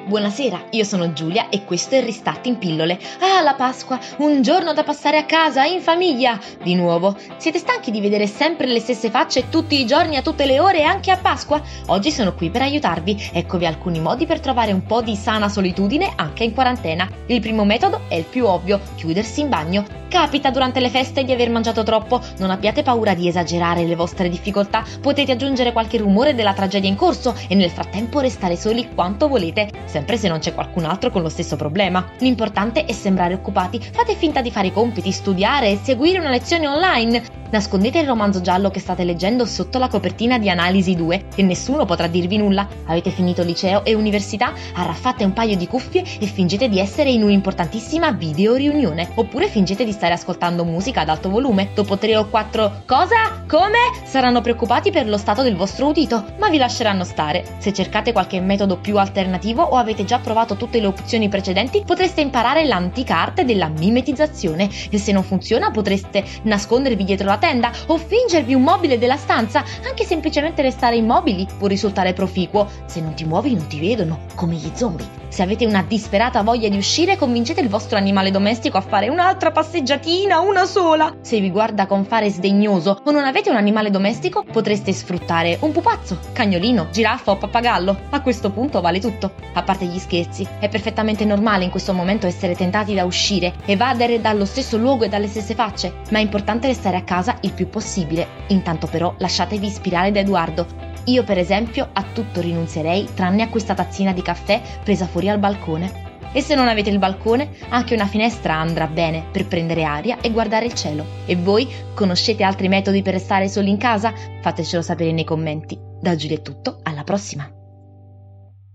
Buonasera, io sono Giulia e questo è Ristart in pillole. Ah, la Pasqua, un giorno da passare a casa, in famiglia! Di nuovo, siete stanchi di vedere sempre le stesse facce tutti i giorni, a tutte le ore e anche a Pasqua? Oggi sono qui per aiutarvi, eccovi alcuni modi per trovare un po' di sana solitudine anche in quarantena. Il primo metodo è il più ovvio, chiudersi in bagno. Capita durante le feste di aver mangiato troppo, non abbiate paura di esagerare le vostre difficoltà, potete aggiungere qualche rumore della tragedia in corso e nel frattempo restare soli quanto volete, sempre se non c'è qualcun altro con lo stesso problema. L'importante è sembrare occupati, fate finta di fare i compiti, studiare, seguire una lezione online. Nascondete il romanzo giallo che state leggendo sotto la copertina di Analisi 2 e nessuno potrà dirvi nulla. Avete finito liceo e università? Arraffate un paio di cuffie e fingete di essere in un'importantissima video riunione. Oppure fingete di stare ascoltando musica ad alto volume. Dopo 3 o 4 "Cosa? Come?" saranno preoccupati per lo stato del vostro udito, ma vi lasceranno stare. Se cercate qualche metodo più alternativo o avete già provato tutte le opzioni precedenti, potreste imparare l'antica arte della mimetizzazione e se non funziona potreste nascondervi dietro la tenda o fingervi un mobile della stanza. Anche semplicemente restare immobili può risultare proficuo. Se non ti muovi non ti vedono, come gli zombie. Se avete una disperata voglia di uscire, convincete il vostro animale domestico a fare un'altra passeggiatina, una sola. Se vi guarda con fare sdegnoso o non avete un animale domestico, potreste sfruttare un pupazzo, cagnolino, giraffa o pappagallo. A questo punto vale tutto. A parte gli scherzi, è perfettamente normale in questo momento essere tentati da uscire, evadere dallo stesso luogo e dalle stesse facce, ma è importante restare a casa il più possibile. Intanto però lasciatevi ispirare da Edoardo. Io per esempio a tutto rinunzierei tranne a questa tazzina di caffè presa fuori al balcone. E se non avete il balcone, anche una finestra andrà bene per prendere aria e guardare il cielo. E voi conoscete altri metodi per restare soli in casa? Fatecelo sapere nei commenti. Da Giulia è tutto, alla prossima!